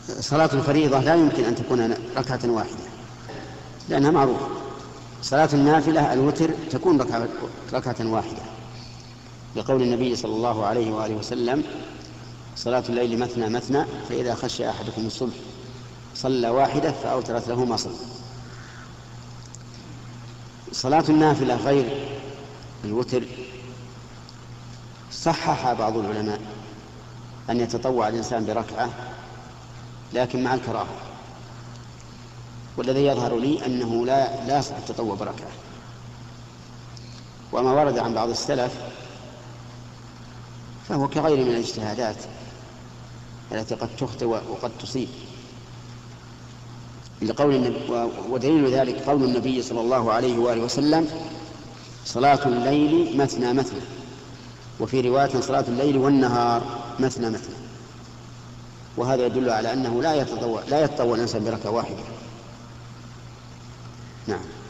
صلاة الفريضة لا يمكن أن تكون ركعة واحدة لأنها معروفة. صلاة النافلة الوتر تكون ركعة واحدة، لقول النبي صلى الله عليه وآله وسلم: صلاة الليل مثنى مثنى، فإذا خشي أحدكم الصبح صلى واحدة فأوترت له ما صلى. صلاة النافلة غير الوتر صحح بعض العلماء أن يتطوع الإنسان بركعة لكن مع الكراهة، والذي يظهر لي أنه لا يصح التطوع بركعة. وما ورد عن بعض السلف فهو كغير من الاجتهادات التي قد تخطئ وقد تصيب. ودليل ذلك قول النبي صلى الله عليه وآله وسلم: صلاة الليل مثنى مثنى، وفي رواية: صلاة الليل والنهار مثنى مثنى. وهذا يدل على أنه لا يتطوع الإنسان بركعة واحدة. نعم.